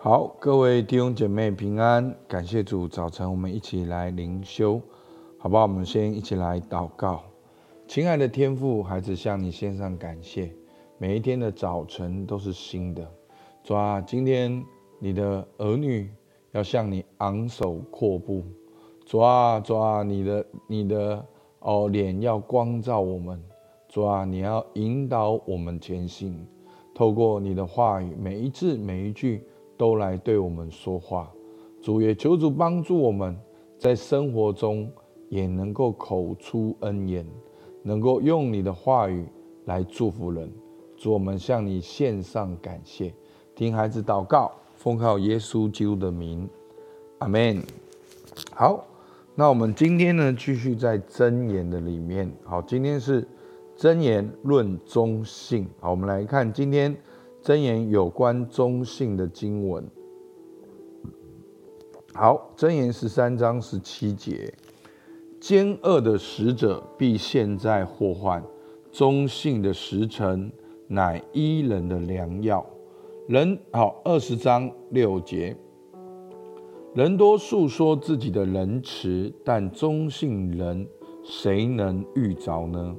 好，各位弟兄姐妹平安，感谢主，早晨我们一起来灵修，好不好？我们先一起来祷告。亲爱的天父，孩子向你献上感谢，每一天的早晨都是新的。主啊，今天你的儿女要向你昂首阔步。主啊，你的脸要光照我们。主啊，你要引导我们前行，透过你的话语，每一字每一句都来对我们说话。主也求主帮助我们，在生活中也能够口出恩言，能够用你的话语来祝福人。主，我们向你献上感谢。听孩子祷告，奉靠耶稣基督的名，阿们。好，那我们今天呢，继续在箴言的里面。好，今天是箴言论忠信。好，我们来看今天箴言有关忠信的经文。好，箴言13章17节，奸恶的使者必陷在祸患，忠信的时辰乃医人的良药。20章6节，人多述说自己的仁慈，但忠信人谁能遇着呢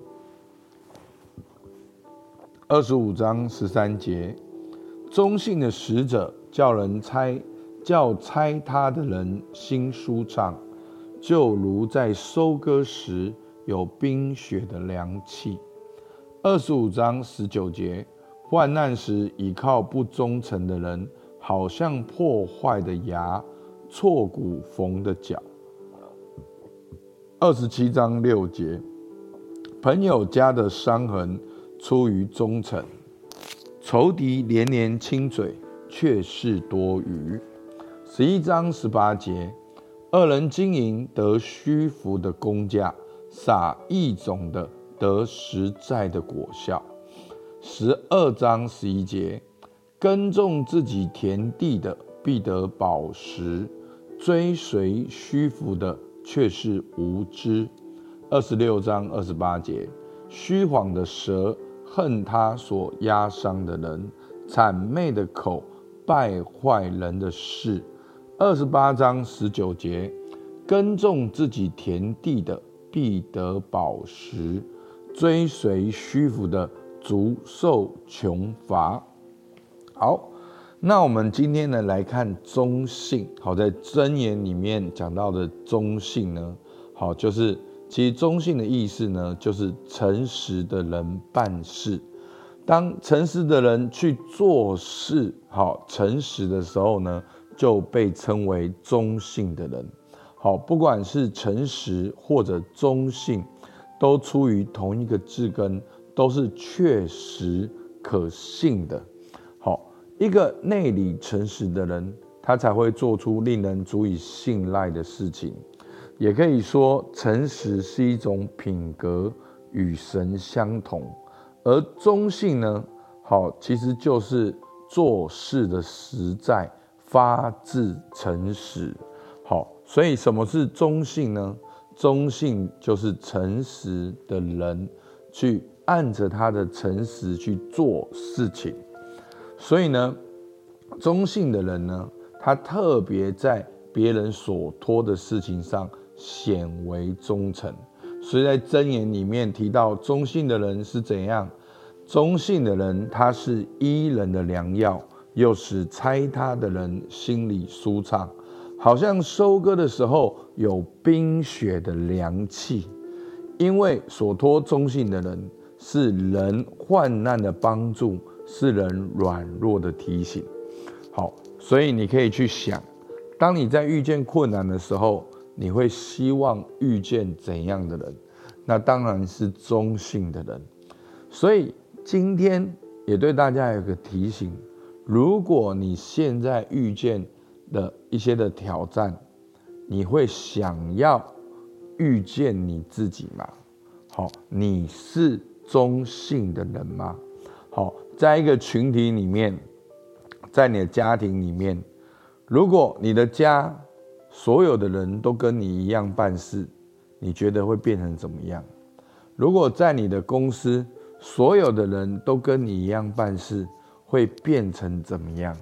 ？25章13节，忠信的使者叫猜他的人心舒畅，就如在收割时有冰雪的凉气。25章19节，患难时倚靠不忠诚的人，好像破坏的牙，挫骨缝的脚。27章6节，朋友家的伤痕出于忠诚，仇敌连连亲嘴，却是多余。11章18节，恶人经营得虚浮的工价，撒异种的得实在的果效。12章11节，耕种自己田地的必得饱食，追随虚浮的却是无知。26章28节，虚谎的舌恨他所压伤的人，谄媚的口败坏人的事。28章19节，耕种自己田地的必得饱食，追随虚浮的足受穷乏。好，那我们今天呢来看忠信。好，在箴言里面讲到的忠信呢，好，就是其实忠信的意思呢，就是诚实的人办事。当诚实的人去做事，好，诚实的时候呢，就被称为忠信的人。好，不管是诚实或者忠信，都出于同一个字根，都是确实可信的。好，一个内里诚实的人，他才会做出令人足以信赖的事情。也可以说，诚实是一种品格，与神相同。而忠信呢，好，其实就是做事的实在，发自诚实。好，所以什么是忠信呢？忠信就是诚实的人去按着他的诚实去做事情。所以呢，忠信的人呢，他特别在别人所托的事情上显为忠诚。所以在箴言里面提到忠信的人是怎样？忠信的人，他是医人的良药，又使猜他的人心里舒畅，好像收割的时候有冰雪的凉气。因为所托忠信的人是人患难的帮助，是人软弱的提醒。好，所以你可以去想，当你在遇见困难的时候，你会希望遇见怎样的人？那当然是忠信的人。所以今天也对大家有个提醒，如果你现在遇见的一些的挑战，你会想要遇见你自己吗？好，你是忠信的人吗？好，在一个群体里面，在你的家庭里面，如果你的家所有的人都跟你一样办事，你觉得会变成怎么样？如果在你的公司，所有的人都跟你一样办事，会变成怎么样？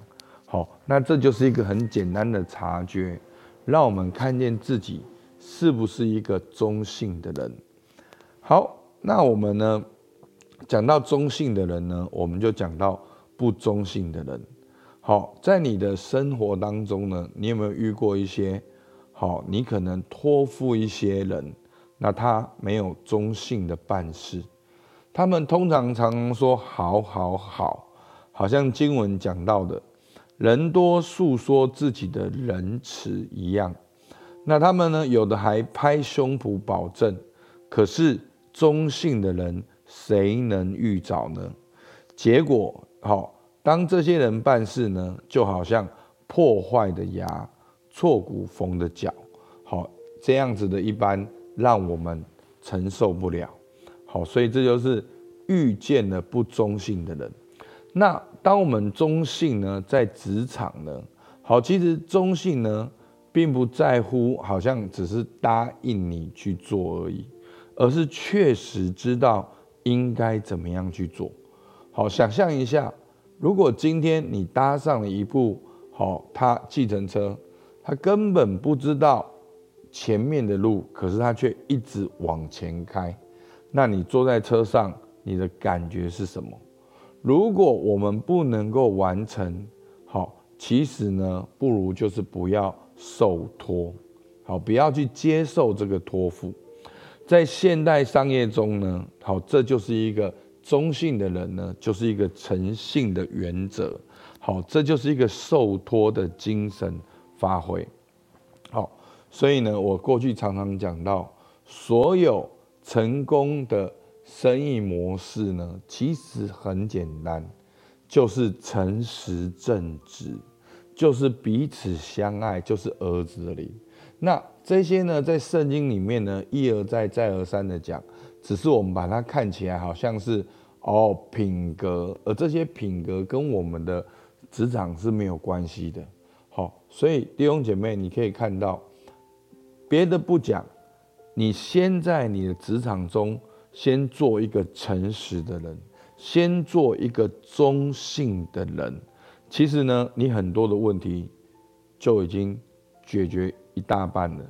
好，那这就是一个很简单的察觉，让我们看见自己是不是一个中性的人。好，那我们呢讲到中性的人呢，我们就讲到不中性的人。好，在你的生活当中呢，你有没有遇过一些你可能托付一些人，那他没有中性的办事，他们通常常说好，好像经文讲到的，人多诉说自己的仁慈一样。那他们呢，有的还拍胸脯保证，可是中性的人谁能预找呢？结果当这些人办事呢，就好像破坏的牙，挫骨缝的脚，这样子的一般让我们承受不了。所以这就是遇见了不中性的人。那当我们中性呢，在职场呢，其实中性呢，并不在乎好像只是答应你去做而已，而是确实知道应该怎么样去做。想象一下，如果今天你搭上了一部计程车，他根本不知道前面的路，可是他却一直往前开，那你坐在车上，你的感觉是什么？如果我们不能够完成，其实呢，不如就是不要受托，不要去接受这个托付。在现代商业中呢，这就是一个中性的人呢，就是一个诚信的原则。这就是一个受托的精神发挥。所以呢，我过去常常讲到，所有成功的生意模式呢，其实很简单，就是诚实正直，就是彼此相爱，就是儿子的灵。那这些呢，在圣经里面呢，一而再再而三的讲，只是我们把它看起来好像是品格，而这些品格跟我们的职场是没有关系的。所以弟兄姐妹，你可以看到，别的不讲，你先在你的职场中先做一个诚实的人，先做一个中性的人，其实呢，你很多的问题就已经解决一大半了。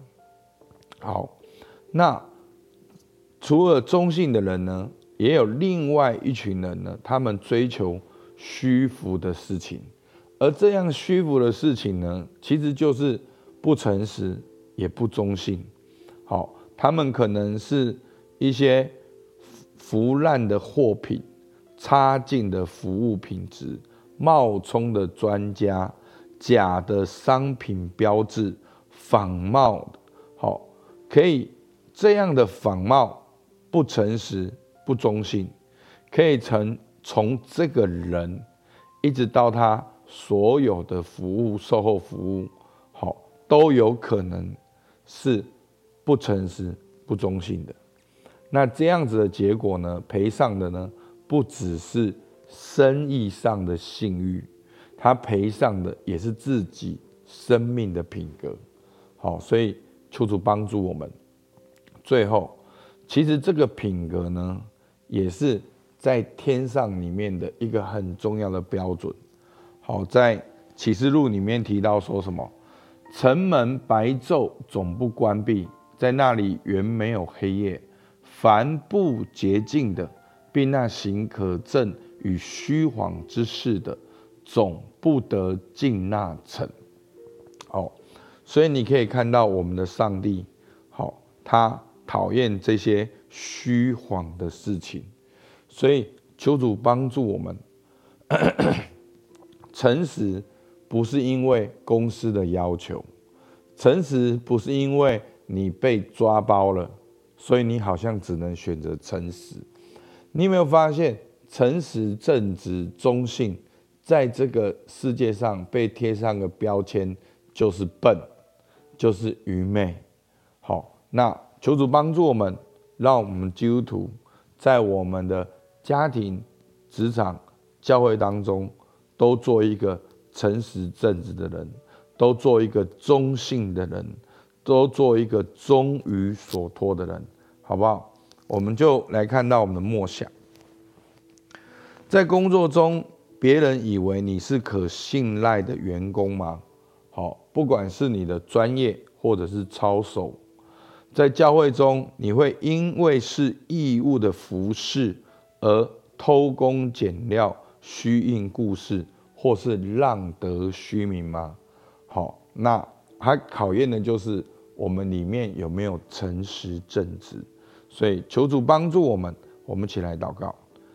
那除了中性的人呢，也有另外一群人呢，他们追求虚浮的事情，而这样虚浮的事情呢，其实就是不诚实也不中性。他们可能是一些腐烂的货品，差劲的服务品质，冒充的专家，假的商品标志，仿冒的，可以这样的仿冒不诚实不中性，可以从这个人一直到他所有的服务售后服务，都有可能是不诚实不中性的。那这样子的结果呢，赔上的呢，不只是生意上的信誉，他赔上的也是自己生命的品格。所以求主帮助我们。最后，其实这个品格呢，也是在天上里面的一个很重要的标准。在启示录里面提到说什么？城门白昼总不关闭，在那里原没有黑夜。凡不洁净的，并那行可憎与虚谎之事的，总不得进那城。所以你可以看到我们的上帝，他讨厌这些虚谎的事情。所以求主帮助我们，诚实不是因为公司的要求，诚实不是因为你被抓包了，所以你好像只能选择诚实。你有没有发现，诚实、正直、中性，在这个世界上被贴上个标签，就是笨，就是愚昧。那求主帮助我们，让我们基督徒在我们的家庭、职场、教会当中，都做一个诚实正直的人，都做一个中性的人，都做一个忠于所托的人，好不好？我们就来看到我们的默想。在工作中， 别人以为你是可信赖的员工吗？好，不管是你的专业或者是操守，在教会中，你会因为是义务的服事而偷工减料、虚应故事，或是浪得虚名吗？好，那它考验的就是我们里面有没有诚实正直。所以求主帮助我们，我们一起来祷告。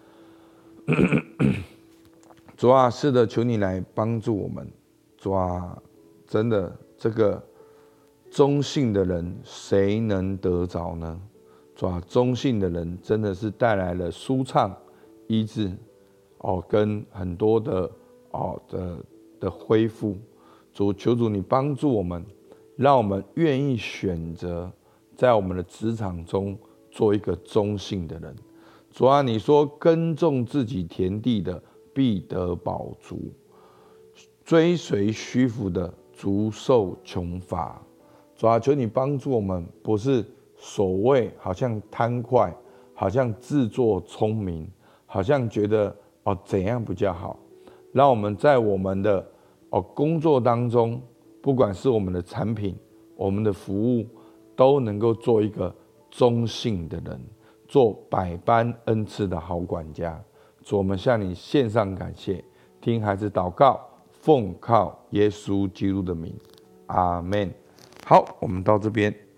主啊，是的，求你来帮助我们。主啊，真的，这个忠信的人，谁能得着呢？主啊，忠信的人真的是带来了舒畅、医治，跟很多的恢复。主，求主你帮助我们，让我们愿意选择在我们的职场中做一个忠信的人。主啊，你说耕种自己田地的必得饱足，追随虚浮的足受穷乏。主啊，求你帮助我们，不是所谓好像贪快，好像自作聪明，好像觉得怎样比较好。让我们在我们的工作当中，不管是我们的产品、我们的服务，都能够做一个忠信的人，做百般恩赐的好管家。主，我们向你献上感谢，听孩子祷告，奉靠耶稣基督的名，阿们。好，我们到这边。